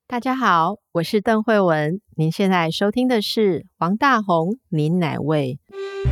大家好，我是邓惠文，您现在收听的是王大宏您哪位。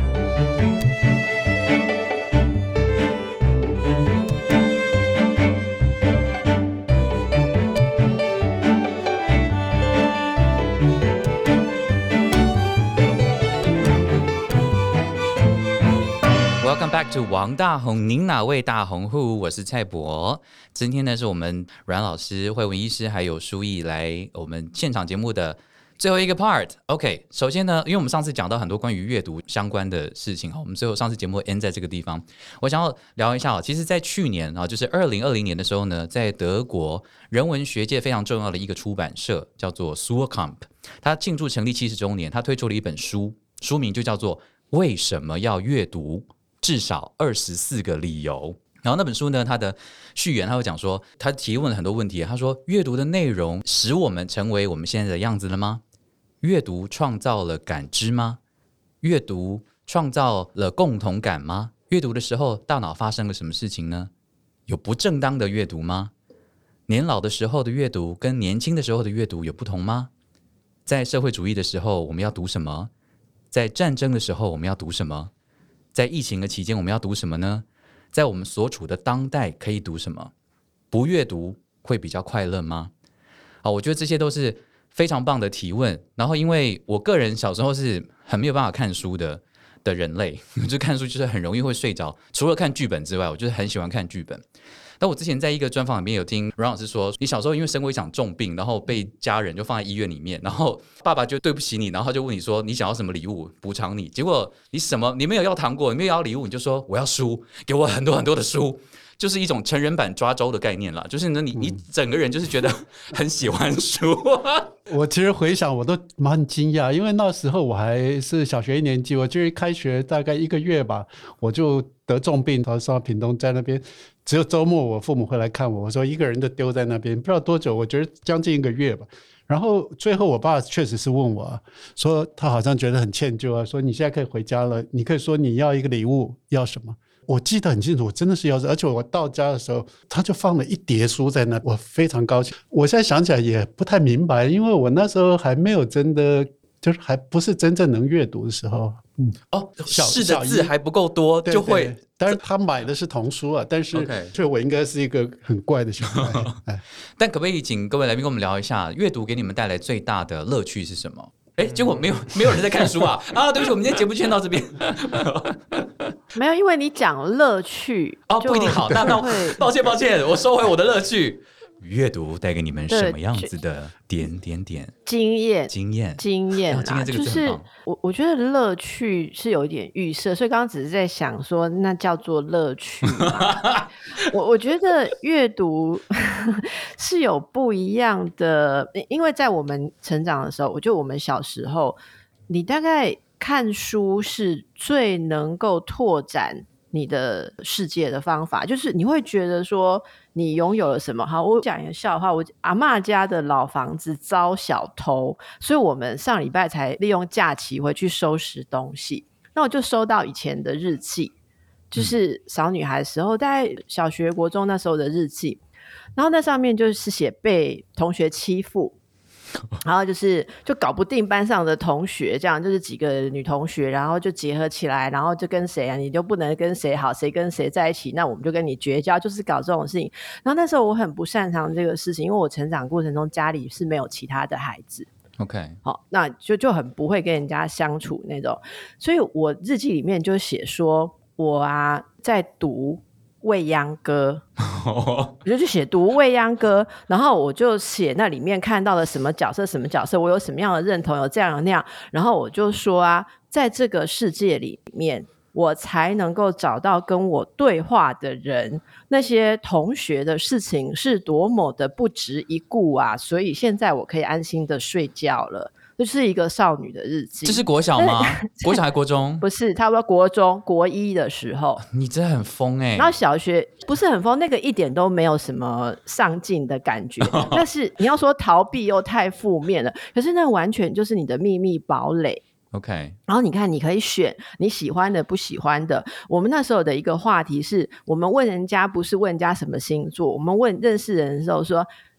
Welcome back to 王大宏您哪位大宏户，我是蔡博。今天呢是我们阮老师、惠文医师还有书毅来我们现场节目的最后一个 part。OK， 首先呢，因为我们上次讲到很多关于阅读相关的事情，我们最后上次节目 end 在这个地方。我想要聊一下，其实在去年就是2020年的时候呢，在德国人文学界非常重要的一个出版社叫做 Suhrkamp， 它庆祝成立70周年，它推出了一本书，书名就叫做为什么要阅读？至少24个理由。然后那本书呢，它的序言他会讲说，他提问了很多问题。他说，阅读的内容使我们成为我们现在的样子了吗？阅读创造了感知吗？阅读创造了共同感吗？阅读的时候，大脑发生了什么事情呢？有不正当的阅读吗？年老的时候的阅读跟年轻的时候的阅读有不同吗？在社会主义的时候，我们要读什么？在战争的时候，我们要读什么？在疫情的期间我们要读什么呢？在我们所处的当代可以读什么？不阅读会比较快乐吗？我觉得这些都是非常棒的提问。然后因为我个人小时候是很没有办法看书的人类，就看书就是很容易会睡着，除了看剧本之外，我就是很喜欢看剧本。但我之前在一个专访里面有听阮老师说，你小时候因为生过一场重病，然后被家人就放在医院里面，然后爸爸就对不起你，然后他就问你说你想要什么礼物补偿你，结果你没有要糖果，你没有要礼物，你就说我要书，给我很多很多的书，就是一种成人版抓周的概念啦，就是呢你整个人就是觉得很喜欢书。 我其实回想我都蛮惊讶，因为那时候我还是小学1年级，我就是开学大概1个月吧，我就得重病，然后上屏东，在那边只有周末我父母会来看我，我说一个人就丢在那边，不知道多久，我觉得将近1个月吧。然后最后我爸确实是问我说他好像觉得很歉疚说你现在可以回家了，你可以说你要一个礼物，要什么？我记得很清楚，我真的是要，而且我到家的时候他就放了一叠书在那，我非常高兴。我现在想起来也不太明白，因为我那时候还没有真的就是还不是真正能阅读的时候。 是的字还不够多，就会。 对，但是他买的是童书啊，但是所以我应该是一个很怪的小孩。 但可不可以请各位来宾跟我们聊一下，阅读给你们带来最大的乐趣是什么？结果没有人在看书啊！对不起，我们今天节目先到这边。 没有，因为你讲乐趣不一定好。那抱歉，我收回我的乐趣。阅读带给你们什么样子的点经验啦， 就是我觉得乐趣是有一点预设，所以刚刚只是在想说那叫做乐趣嘛。我觉得阅读是有不一样的，因为在我们成长的时候，我觉得我们小时候你大概看书是最能够拓展你的世界的方法，就是你会觉得说你拥有了什么。好，我讲一个笑话，我阿嬷家的老房子遭小偷，所以我们上礼拜才利用假期回去收拾东西，那我就收到以前的日记，就是小女孩的时候大概小学国中那时候的日记，然后那上面就是写被同学欺负，然后就搞不定班上的同学，这样就是几个女同学，然后就结合起来，然后就跟谁你就不能跟谁好，谁跟谁在一起，那我们就跟你绝交，就是搞这种事情。然后那时候我很不擅长这个事情，因为我成长过程中家里是没有其他的孩子。 OK， 好，那就很不会跟人家相处那种，所以我日记里面就写说我在读未央歌，我就去写读未央歌，然后我就写那里面看到了什么角色，我有什么样的认同，有这样有那样，然后我就说在这个世界里面我才能够找到跟我对话的人，那些同学的事情是多么的不值一顾所以现在我可以安心的睡觉了。这是一个少女的日记。 这是国小吗？国小还国中？ 不是，差不多国中国一的时候。 你真的很疯然后小学不是很疯，那个一点都没有什么上进的感觉。但是你要说逃避又太负面了，可是那完全就是你的秘密堡垒。 OK， 然后你看你可以选你喜欢的不喜欢的。我们那时候的一个话题是，我们问人家不是问人家什么星座，我们问认识人的时候说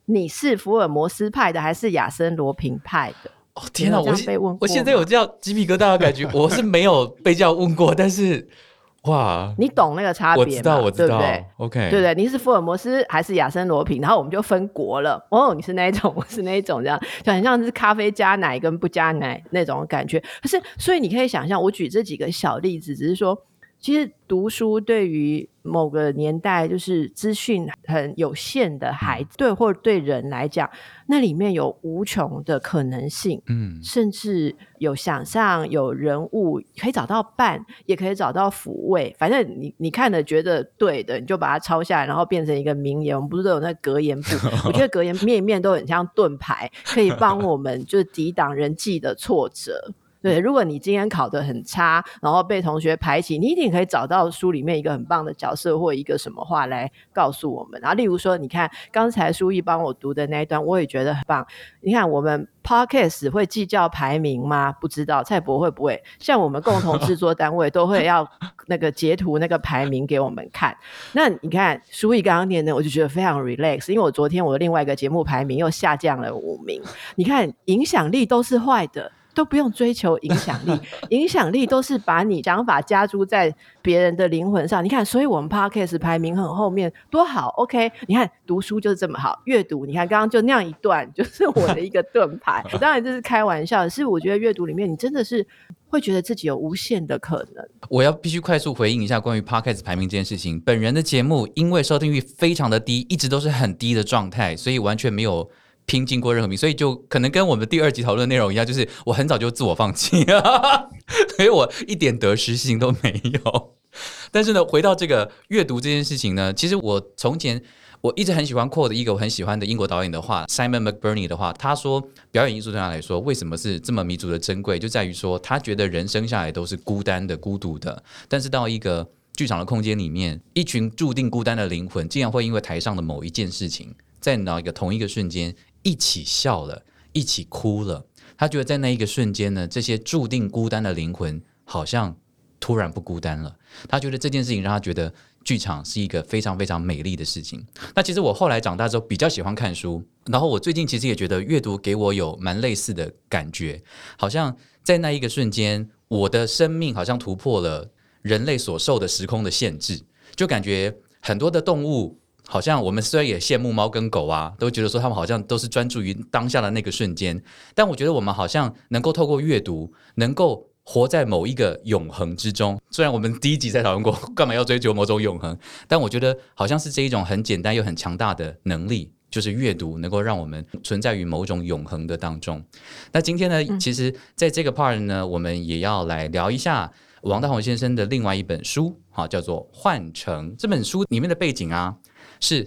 你是福尔摩斯派的还是亚森罗平派的？ 哦天哪，我现在有这样鸡皮疙瘩的感觉。我是没有被这样问过，但是哇， 你懂那个差别吗？ 我知道，对不对 ？OK， 对不对？你是福尔摩斯还是亚森罗平？然后我们就分国了。哦，你是那一种，我是那一种，这样就很像是咖啡加奶跟不加奶那种感觉。可是，所以你可以想象，我举这几个小例子，只是说，其实读书对于某个年代就是资讯很有限的孩子，对或对人来讲，那里面有无穷的可能性，甚至有想象，有人物，可以找到伴，也可以找到抚慰。反正你看了觉得对的，你就把它抄下来，然后变成一个名言。我们不是都有那格言簿？我觉得格言面一面都很像盾牌，可以帮我们就抵挡人际的挫折。对，如果你今天考得很差，然后被同学排挤，你一定可以找到书里面一个很棒的角色或一个什么话来告诉我们。然后例如说，你看刚才书毅帮我读的那一段，我也觉得很棒。你看我们 Podcast 会计较排名吗？不知道，蔡博会不会？像我们共同制作单位都会要那个截图那个排名给我们看。那你看书毅刚刚念的，我就觉得非常 relax， 因为我昨天我的另外一个节目排名又下降了5名。你看影响力都是坏的，都不用追求影响力，影响力都是把你想法加诸在别人的灵魂上。你看，所以我们 Podcast 排名很后面，多好 OK。你看读书就是这么好，阅读你看刚刚就那样一段就是我的一个盾牌。当然这是开玩笑的，是我觉得阅读里面你真的是会觉得自己有无限的可能。 我要必须快速回应一下关于 Podcast 排名这件事情。本人的节目因为收听率非常的低，一直都是很低的状态，所以完全没有拼进过任何名，所以就可能跟我们第2集讨论内容一样，就是我很早就自我放弃所以我一点得失心都没有。但是呢，回到这个阅读这件事情呢，其实我从前我一直很喜欢 quote 一个我很喜欢的英国导演的话 Simon McBurney 的话，他说表演艺术对他来说为什么是这么弥足的珍贵，就在于说他觉得人生下来都是孤单的孤独的，但是到一个剧场的空间里面，一群注定孤单的灵魂竟然会因为台上的某一件事情在那个同一个瞬间一起笑了，一起哭了。他觉得在那一个瞬间呢，这些注定孤单的灵魂好像突然不孤单了。他觉得这件事情让他觉得剧场是一个非常非常美丽的事情。那其实我后来长大之后比较喜欢看书，然后我最近其实也觉得阅读给我有蛮类似的感觉，好像在那一个瞬间，我的生命好像突破了人类所受的时空的限制，就感觉很多的动物好像我们虽然也羡慕猫跟狗啊，都觉得说他们好像都是专注于当下的那个瞬间，但我觉得我们好像能够透过阅读能够活在某一个永恒之中。虽然我们第1集在讨论过干嘛要追求某种永恒，但我觉得好像是这一种很简单又很强大的能力，就是阅读能够让我们存在于某种永恒的当中。那今天呢，其实在这个 part 呢，我们也要来聊一下王大闳先生的另外一本书，叫做《换乘》。这本书里面的背景啊，是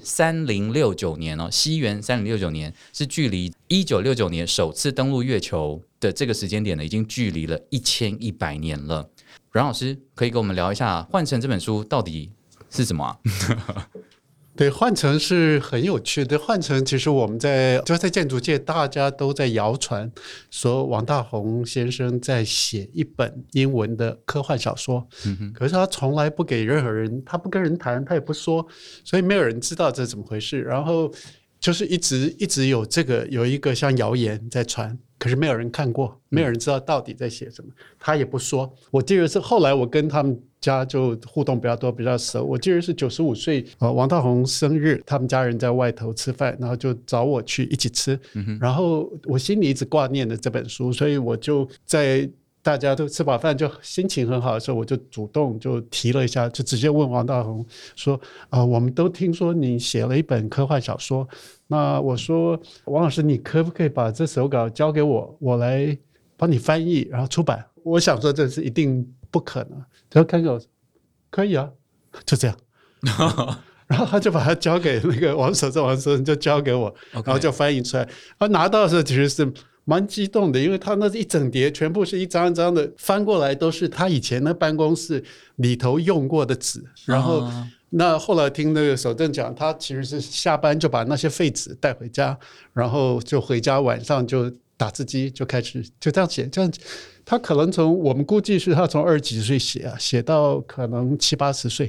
3069年哦，西元3069年，是距离1969年首次登陆月球的这个时间点呢，已经距离了1100年了。阮老师可以跟我们聊一下《换乘》这本书到底是什么啊？ 对，换乘是很有趣的。换乘其实我们在建筑界大家都在谣传说王大闳先生在写一本英文的科幻小说，可是他从来不给任何人，他不跟人谈，他也不说，所以没有人知道这是怎么回事。然后就是一直有一个像谣言在传，可是没有人看过，没有人知道到底在写什么，他也不说。我记得是后来我跟他们家就互动比较多，比较熟。我记得是95岁王大闳生日，他们家人在外头吃饭，然后就找我去一起吃，然后我心里一直挂念着这本书，所以我就在大家都吃饱饭就心情很好的时候，我就主动就提了一下，就直接问王大闳说我们都听说你写了一本科幻小说，那我说王老师你可不可以把这手稿交给我，我来帮你翻译然后出版。我想说这是一定不可能，他看给我可以啊，就这样然后他就把它交给那个王守正就交给我，然后就翻译出来。他拿到的时候其实是蛮激动的，因为他那是一整叠，全部是一张一张的翻过来，都是他以前的办公室里头用过的纸。然后那后来听那个守正讲，他其实是下班就把那些废纸带回家，然后就回家晚上就打字机就开始就这样写，这样他可能我们估计是他从20几岁写到可能70、80岁。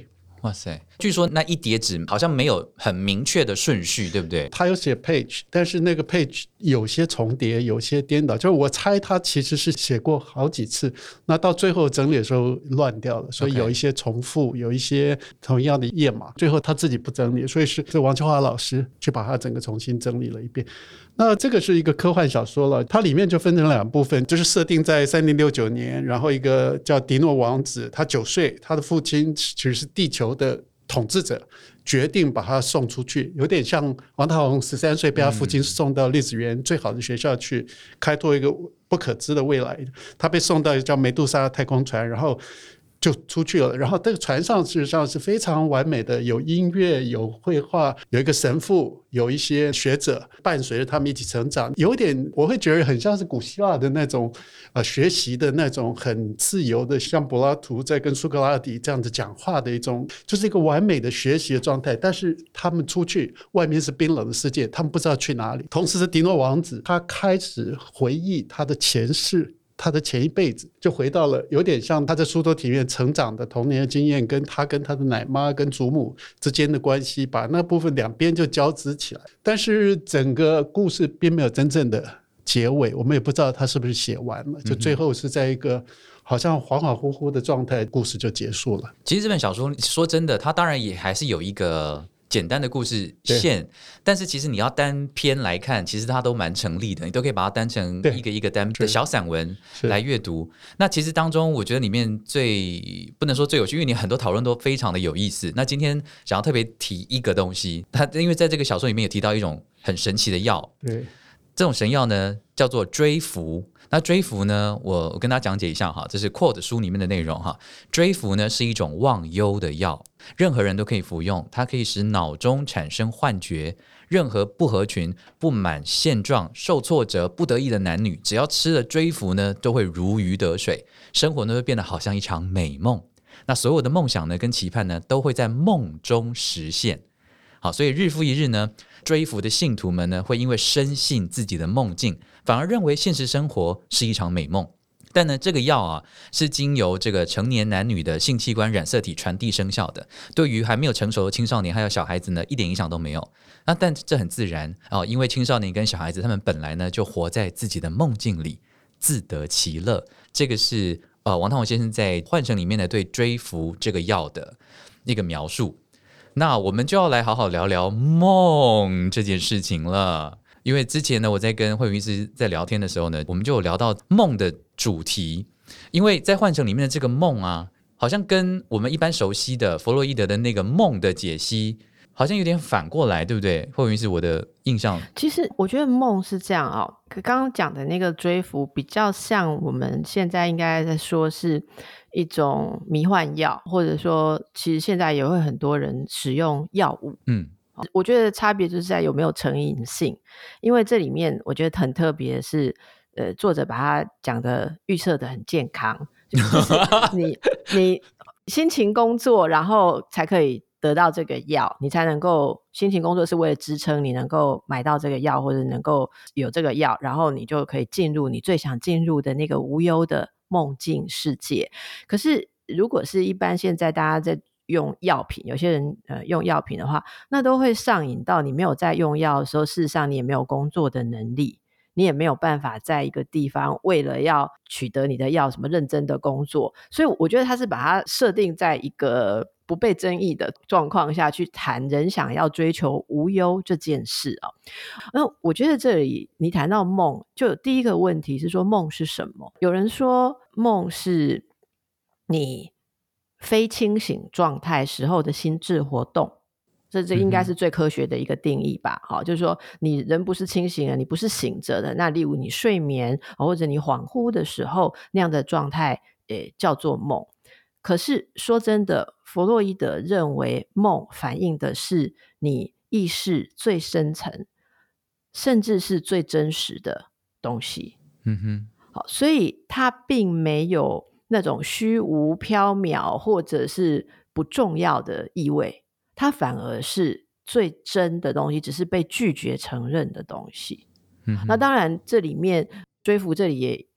哇塞，据说那一叠纸好像没有很明确的顺序，对不对？ 他有写 page， 但是那个 page 有些重叠，有些颠倒，就是我猜他其实是写过好几次，那到最后整理的时候乱掉了，所以有一些重复，有一些同样的页码，最后他自己不整理，所以是王秋华老师去把它整个重新整理了一遍。那这个是一个科幻小说了，它里面就分成2部分，就是设定在3069年，然后一个叫迪诺王子，他9岁，他的父亲其实是地球的统治者，决定把他送出去，有点像王大闳13岁被他父亲送到栗子园最好的学校去开拓一个不可知的未来，他被送到一个叫梅杜莎太空船，然后就出去了。然后这个船上事实上是非常完美的，有音乐，有绘画，有一个神父，有一些学者伴随着他们一起成长，有点我会觉得很像是古希腊的那种学习的那种很自由的，像柏拉图在跟苏格拉底这样子讲话的一种，就是一个完美的学习的状态。但是他们出去外面是冰冷的世界，他们不知道去哪里。同时是迪诺王子，他开始回忆他的前世，他的前一辈子，就回到了有点像他在苏州体院成长的童年的经验，跟他的奶妈跟祖母之间的关系，把那部分两边就交织起来。但是整个故事并没有真正的结尾，我们也不知道他是不是写完了，就最后是在一个好像恍恍惚惚的状态，故事就结束了。 其实这本小说说真的，它当然也还是有一个简单的故事线，但是其实你要单篇来看，其实它都蛮成立的，你都可以把它当成一个一个单的小散文来阅读。那其实当中我觉得里面最不能说最有趣，因为你很多讨论都非常的有意思。那今天想要特别提一个东西，它因为在这个小说里面有提到一种很神奇的药， 对， 这种神药呢叫做追服。那追服呢，我跟大家讲解一下哈，这是 quote 书里面的内容哈。追服呢是一种忘忧的药，任何人都可以服用，它可以使脑中产生幻觉。任何不合群、不满现状、受挫折、不得意的男女，只要吃了追服呢，都会如鱼得水，生活呢会变得好像一场美梦。那所有的梦想呢跟期盼呢，都会在梦中实现。好，所以日复一日呢，追服的信徒们呢，会因为深信自己的梦境，反而认为现实生活是一场美梦。但呢，这个药啊，是经由这个成年男女的性器官染色体传递生效的，对于还没有成熟的青少年还有小孩子呢，一点影响都没有。那但这很自然哦，因为青少年跟小孩子他们本来呢就活在自己的梦境里，自得其乐。这个是王大闳先生在《幻城》里面呢对追服这个药的一个描述。那我们就要来好好聊聊梦这件事情了。因为之前呢，我在跟慧云医师在聊天的时候呢，我们就有聊到梦的主题。因为在《幻城》里面的这个梦啊，好像跟我们一般熟悉的弗洛伊德的那个梦的解析，好像有点反过来，对不对？慧云医师，我的印象。 其实我觉得梦是这样哦，刚刚讲的那个追服比较像我们现在应该在说是一种迷幻药，或者说其实现在也会很多人使用药物。我觉得差别就是在有没有成瘾性，因为这里面我觉得很特别的是作者把它讲的预设的很健康，就是你辛勤工作然后才可以得到这个药，你才能够辛勤工作是为了支撑你能够买到这个药，或者能够有这个药，然后你就可以进入你最想进入的那个无忧的梦境世界。可是如果是一般现在大家在用药品，有些人用药品的话，那都会上瘾到你没有在用药的时候，事实上你也没有工作的能力，你也没有办法在一个地方为了要取得你的药什么认真的工作。所以我觉得他是把它设定在一个不被争议的状况下去谈人想要追求无忧这件事啊。那我觉得这里你谈到梦，就有第一个问题是说梦是什么？有人说梦是你非清醒状态时候的心智活动，这应该是最科学的一个定义吧。好，就是说你人不是清醒的，你不是醒着的，那例如你睡眠或者你恍惚的时候那样的状态叫做梦。可是说真的，弗洛伊德认为梦反映的是你意识最深层甚至是最真实的东西。好，所以它并没有那种虚无缥缈或者是不重要的意味，它反而是最真的东西，只是被拒绝承认的东西。那当然这里面追服这里也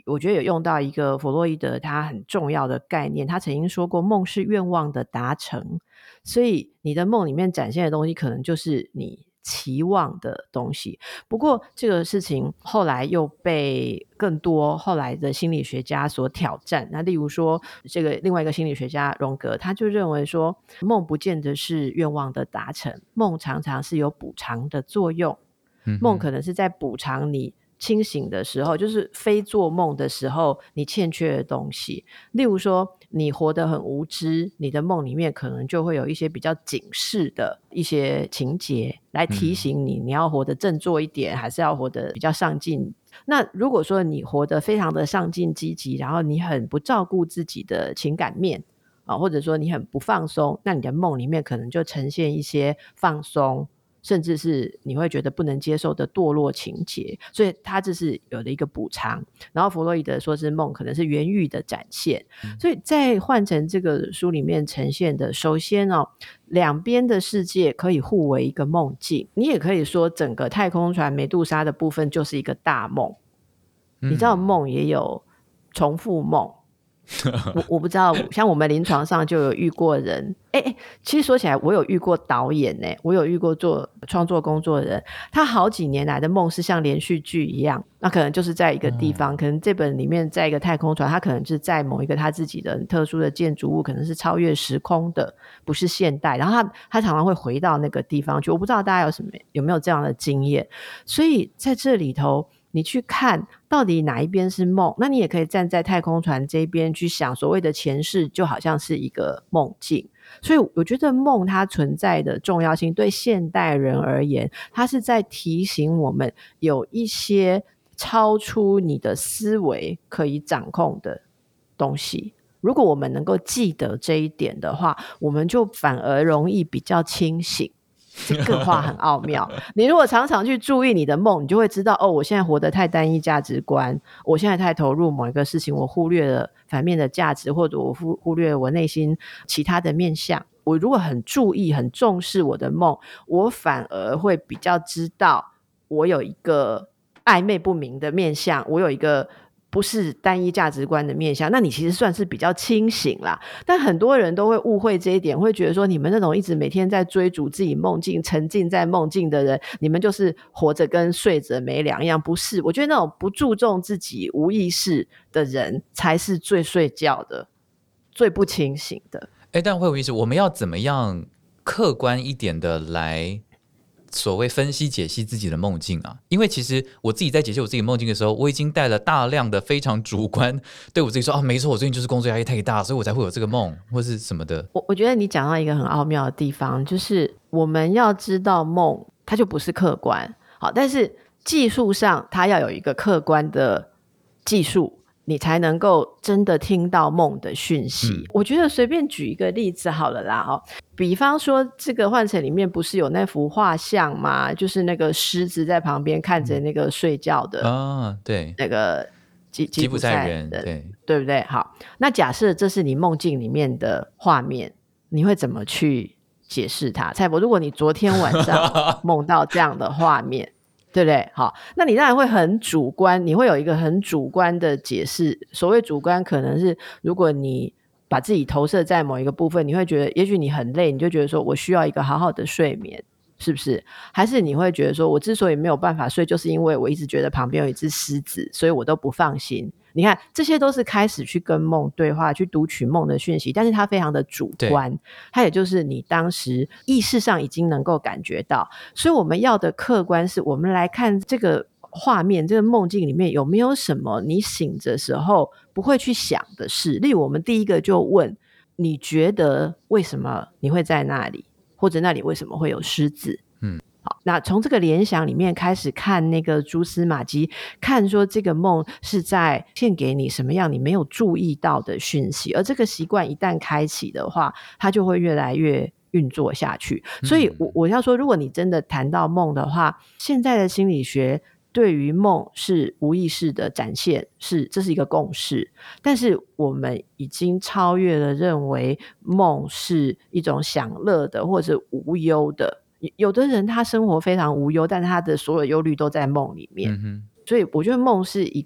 我觉得有用到一个弗洛伊德他很重要的概念，他曾经说过梦是愿望的达成，所以你的梦里面展现的东西可能就是你期望的东西。不过这个事情后来又被更多后来的心理学家所挑战，那例如说这个另外一个心理学家荣格，他就认为说梦不见得是愿望的达成，梦常常是有补偿的作用，梦可能是在补偿你清醒的时候，就是非做梦的时候你欠缺的东西。例如说你活得很无知，你的梦里面可能就会有一些比较警示的一些情节来提醒你，你要活得振作一点，还是要活得比较上进。那如果说你活得非常的上进积极，然后你很不照顾自己的情感面或者说你很不放松，那你的梦里面可能就呈现一些放松，甚至是你会觉得不能接受的堕落情节，所以它这是有的一个补偿。然后弗洛伊德说是梦可能是原欲的展现，所以在换成这个书里面呈现的，首先两边的世界可以互为一个梦境，你也可以说整个太空船梅杜莎的部分就是一个大梦。你知道梦也有重复梦我不知道，像我们临床上就有遇过人其实说起来我有遇过导演我有遇过做创作工作的人，他好几年来的梦是像连续剧一样，那可能就是在一个地方，可能这本里面在一个太空船，他可能是在某一个他自己的很特殊的建筑物，可能是超越时空的，不是现代，然后他常常会回到那个地方去。我不知道大家有没有这样的经验。所以在这里头你去看到底哪一边是梦，那你也可以站在太空船这边去想，所谓的前世就好像是一个梦境。所以我觉得梦它存在的重要性，对现代人而言，它是在提醒我们有一些超出你的思维可以掌控的东西。如果我们能够记得这一点的话，我们就反而容易比较清醒。这个话很奥妙你如果常常去注意你的梦，你就会知道我现在活得太单一价值观，我现在太投入某一个事情，我忽略了反面的价值，或者我忽略了我内心其他的面向。我如果很注意很重视我的梦，我反而会比较知道我有一个暧昧不明的面向，我有一个不是单一价值观的面向，那你其实算是比较清醒啦。但很多人都会误会这一点，会觉得说你们那种一直每天在追逐自己梦境沉浸在梦境的人，你们就是活着跟睡着没两样。不是，我觉得那种不注重自己无意识的人才是最睡觉的，最不清醒的。 但会有意思，我们要怎么样客观一点的来所谓分析解析自己的梦境啊？因为其实我自己在解析我自己梦境的时候，我已经带了大量的非常主观对我自己说没错，我最近就是工作压力太大，所以我才会有这个梦或是什么的。 我觉得你讲到一个很奥妙的地方，就是我们要知道梦它就不是客观，好，但是技术上它要有一个客观的技术，你才能够真的听到梦的讯息。我觉得随便举一个例子好了啦比方说这个幻城里面不是有那幅画像吗？就是那个狮子在旁边看着那个睡觉的对， 那个吉普赛人，对不对？好，那假设这是你梦境里面的画面，你会怎么去解释它？蔡伯，如果你昨天晚上梦到这样的画面对不对？好，那你当然会很主观，你会有一个很主观的解释。所谓主观可能是如果你把自己投射在某一个部分，你会觉得也许你很累，你就觉得说我需要一个好好的睡眠，是不是？还是你会觉得说我之所以没有办法睡，就是因为我一直觉得旁边有一只狮子，所以我都不放心。你看这些都是开始去跟梦对话，去读取梦的讯息，但是它非常的主观，它也就是你当时意识上已经能够感觉到。所以我们要的客观是我们来看这个画面，这个梦境里面有没有什么你醒着时候不会去想的事。例如我们第一个就问，你觉得为什么你会在那里，或者那里为什么会有狮子？好，那从这个联想里面开始看那个蛛丝马迹，看说这个梦是在献给你什么样你没有注意到的讯息，而这个习惯一旦开启的话，它就会越来越运作下去。所以我要说，如果你真的谈到梦的话，现在的心理学对于梦是无意识的展现，这是一个共识，但是我们已经超越了认为梦是一种享乐的或者无忧的。有的人他生活非常无忧，但是他的所有忧虑都在梦里面，所以我觉得梦是一个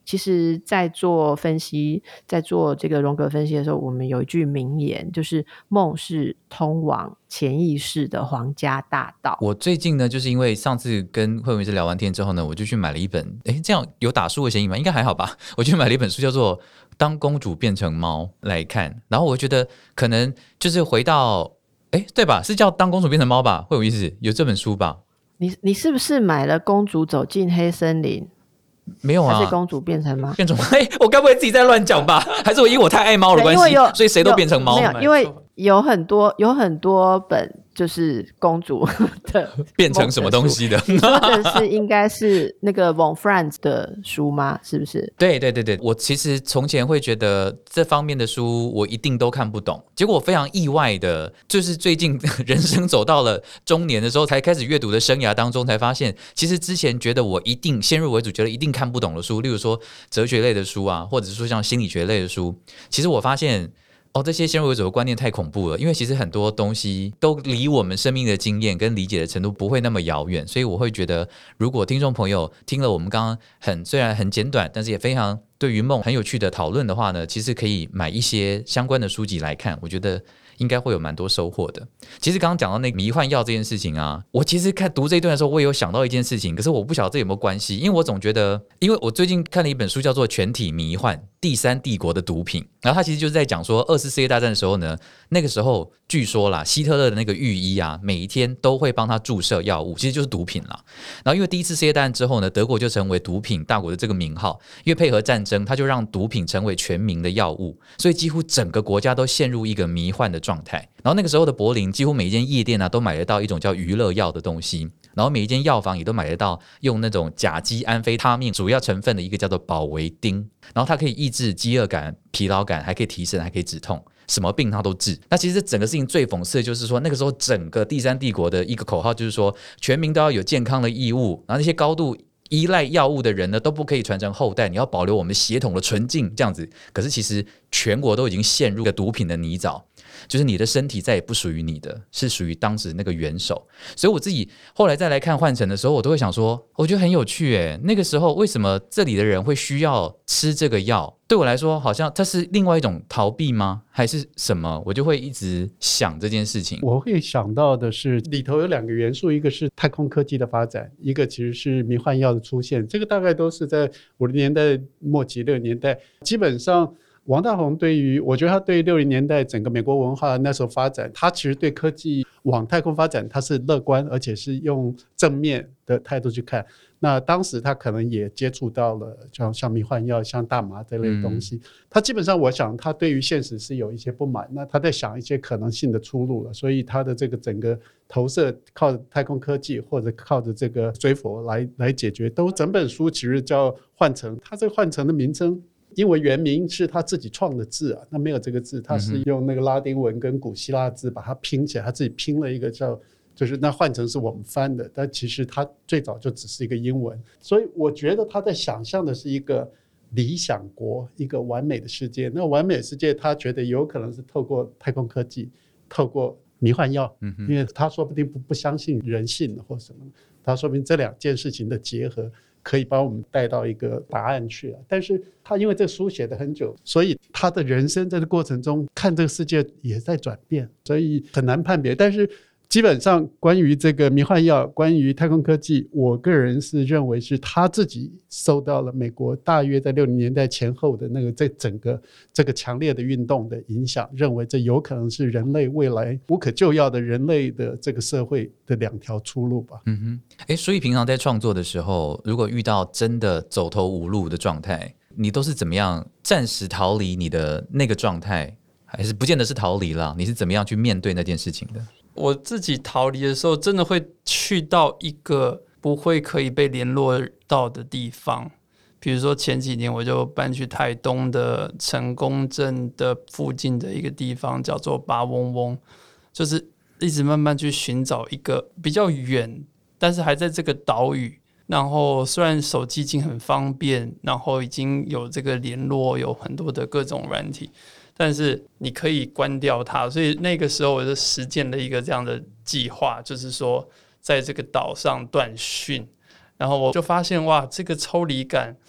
其实在做分析，在做这个荣格分析的时候，我们有一句名言，就是梦是通往潜意识的皇家大道。 我最近呢，就是因为上次跟慧文医师聊完天之后呢，我就去买了一本，这样有打书的嫌疑吗？应该还好吧。我去买了一本书，叫做《当公主变成猫》来看，然后我觉得可能就是回到，对吧？是叫《当公主变成猫》吧？慧文医师有这本书吧？ 你是不是买了《公主走进黑森林》？ 没有啊， 还是公主变成猫？ 变成猫？我该不会自己在乱讲吧？还是因为我太爱猫的关系，所以谁都变成猫？ 没有，因为有很多本就是公主的变成什么东西的？ 你说的是应该是那个 Von Franz 的书吗？是不是？ 对，我其实从前会觉得这方面的书我一定都看不懂，结果我非常意外的，就是最近人生走到了中年的时候，才开始阅读的生涯当中，才发现其实之前觉得我一定先入为主，觉得一定看不懂的书，例如说哲学类的书啊，或者是说像心理学类的书，其实我发现这些先入为主的观念太恐怖了，因为其实很多东西都离我们生命的经验跟理解的程度不会那么遥远，所以我会觉得，如果听众朋友听了我们刚刚虽然很简短，但是也非常对于梦很有趣的讨论的话呢，其实可以买一些相关的书籍来看，我觉得应该会有蛮多收获的。其实刚刚讲到那个迷幻药这件事情啊，我其实读这一段的时候，我也有想到一件事情，可是我不晓得这有没有关系，因为我总觉得，因为我最近看了一本书叫做《全体迷幻：第三帝国的毒品》，然后它其实就是在讲说，二次世界大战的时候呢，那个时候据说啦，希特勒的那个御医啊，每一天都会帮他注射药物，其实就是毒品啦。然后因为第一次世界大战之后呢，德国就成为毒品大国的这个名号，因为配合战争，它就让毒品成为全民的药物，所以几乎整个国家都陷入一个迷幻的状态。然后那个时候的柏林，几乎每一间夜店啊都买得到一种叫娱乐药的东西，然后每一间药房也都买得到用那种甲基安非他命主要成分的一个叫做保维丁，然后它可以抑制饥饿感、疲劳感，还可以提神，还可以止痛，什么病它都治。那其实整个事情最讽刺的就是说，那个时候整个第三帝国的一个口号就是说，全民都要有健康的义务，然后那些高度依赖药物的人呢，都不可以传承后代，你要保留我们血统的纯净，这样子。可是其实全国都已经陷入了毒品的泥沼，就是你的身体再也不属于你的，是属于当时那个元首。所以我自己后来再来看《幻城》的时候，我都会想说，我觉得很有趣耶，那个时候为什么这里的人会需要吃这个药？对我来说，好像它是另外一种逃避吗？还是什么？我就会一直想这件事情。 我会想到的是，里头有两个元素，一个是太空科技的发展，一个其实是迷幻药的出现。这个大概都是在50年代末期、60年代，基本上。王大闳我觉得他对60年代整个美国文化那时候发展，他其实对科技往太空发展他是乐观，而且是用正面的态度去看。那当时他可能也接触到了像迷幻药、像大麻这类东西，他基本上我想他对于现实是有一些不满，那他在想一些可能性的出路了，所以他的这个整个投射靠着太空科技或者靠着这个追佛来解决，都整本书其实叫《幻城》，他这个幻城的名称因为原名是他自己创的字啊，那没有这个字，他是用那个拉丁文跟古希腊字把它拼起来，他自己拼了一个就是那换成是我们翻的，但其实他最早就只是一个英文，所以我觉得他在想象的是一个理想国，一个完美的世界。那完美的世界他觉得有可能是透过太空科技，透过迷幻药，因为他说不定不相信人性或什么，他说不定这两件事情的结合可以把我们带到一个答案去了。但是他因为这书写的很久，所以他的人生在这过程中看这个世界也在转变，所以很难判别。但是基本上关于这个迷幻药，关于太空科技，我个人是认为是他自己受到了美国大约在60年代前后的那个在整个这个强烈的运动的影响，认为这有可能是人类未来无可救药的人类的这个社会的两条出路吧。 所以平常在创作的时候，如果遇到真的走投无路的状态，你都是怎么样暂时逃离你的那个状态？还是不见得是逃离啦，你是怎么样去面对那件事情的？ 我自己逃离的时候，真的会去到一个不会可以被联络到的地方。比如说前几年我就搬去台东的成功镇的附近的一个地方，叫做八翁翁，就是一直慢慢去寻找一个比较远，但是还在这个岛屿。然后虽然手机已经很方便，然后已经有这个联络，有很多的各种软体，但是你可以关掉它。所以那个时候我就实践了一个这样的计划，就是说在这个岛上断讯。然后我就发现哇，这个抽离感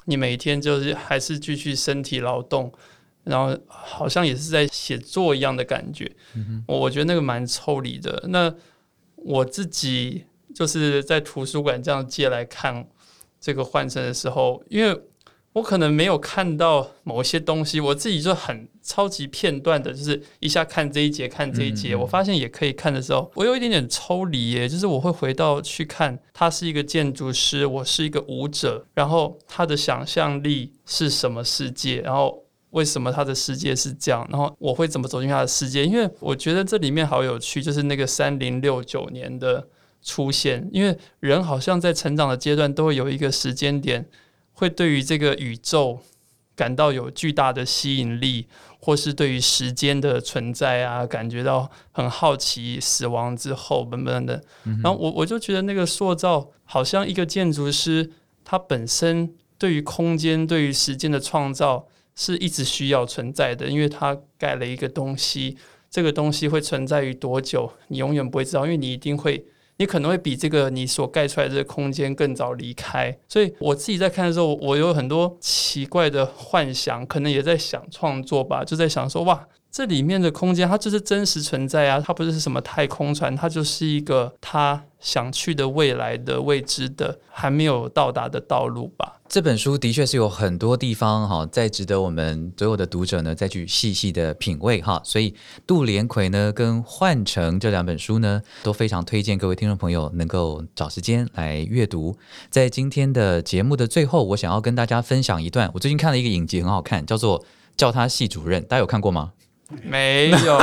你每天就是还是继续身体劳动，然后好像也是在写作一样的感觉。我觉得那个蛮抽离的。那我自己就是在图书馆这样借来看这个换乘的时候，因为我可能没有看到某些东西，我自己就很超级片段的，就是一下看这一节看这一节，我发现也可以看的时候，我有一点点抽离耶，就是我会回到去看他是一个建筑师，我是一个舞者，然后他的想象力是什么世界，然后为什么他的世界是这样，然后我会怎么走进他的世界。因为我觉得这里面好有趣，就是那个3069年的出现，因为人好像在成长的阶段都会有一个时间点，会对于这个宇宙感到有巨大的吸引力，或是对于时间的存在啊感觉到很好奇，死亡之后等等的。然后我就觉得那个塑造好像一个建筑师，他本身对于空间对于时间的创造是一直需要存在的，因为他盖了一个东西，这个东西会存在于多久你永远不会知道，因为你可能会比这个你所盖出来的这个空间更早离开。所以我自己在看的时候，我有很多奇怪的幻想，可能也在想创作吧，就在想说哇，这里面的空间它就是真实存在啊，它不是什么太空船，它就是一个他想去的未来的未知的还没有到达的道路吧。 这本书的确是有很多地方在值得我们所有的读者呢再去细细的品味哈，所以杜连魁呢跟换乘这2本书呢都非常推荐各位听众朋友能够找时间来阅读。在今天的节目的最后，我想要跟大家分享一段我最近看了一个影集很好看，叫做叫他系主任，大家有看过吗？ 没有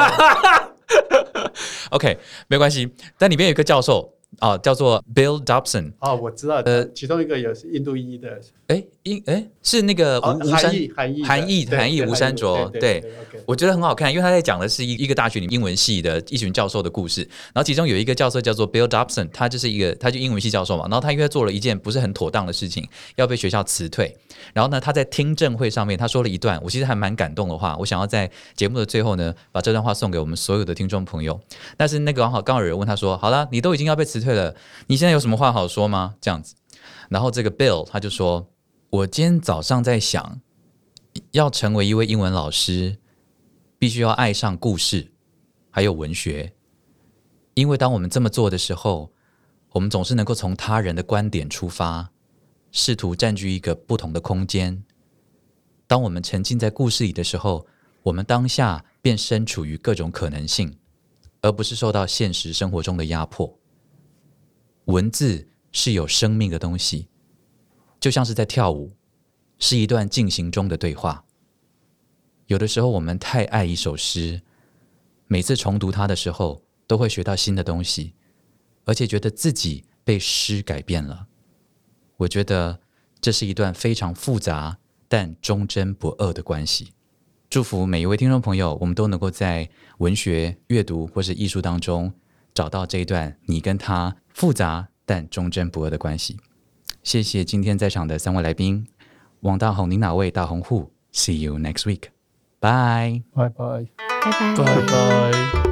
OK 没关系，但里面有一个教授叫做 Bill Dobson。 我知道，其中一个有印度裔的， 是那个韩裔吴山卓，对，我觉得很好看，因为他在讲的是一个大学里英文系的一群教授的故事，然后其中有一个教授叫做 Bill Dobson， 他就英文系教授嘛，然后他因为做了一件不是很妥当的事情，要被学校辞退，然后呢他在听证会上面他说了一段我其实还蛮感动的话，我想要在节目的最后呢把这段话送给我们所有的听众朋友。但是那个刚好有人问他说，好了，你都已经要被辞退了，你现在有什么话好说吗？这样子，然后这个 Bill 他就说，我今天早上在想，要成为一位英文老师，必须要爱上故事，还有文学。因为当我们这么做的时候，我们总是能够从他人的观点出发，试图占据一个不同的空间。当我们沉浸在故事里的时候，我们当下便身处于各种可能性，而不是受到现实生活中的压迫。文字是有生命的东西，就像是在跳舞，是一段进行中的对话。有的时候我们太爱一首诗，每次重读它的时候都会学到新的东西，而且觉得自己被诗改变了。我觉得这是一段非常复杂但忠贞不二的关系。祝福每一位听众朋友，我们都能够在文学、阅读或是艺术当中找到这一段你跟他复杂但忠贞不二的关系。谢谢今天在场的3位来宾，王大闳、宁哪卫、大红户。See you next week. Bye. Bye bye. Bye bye. Bye bye.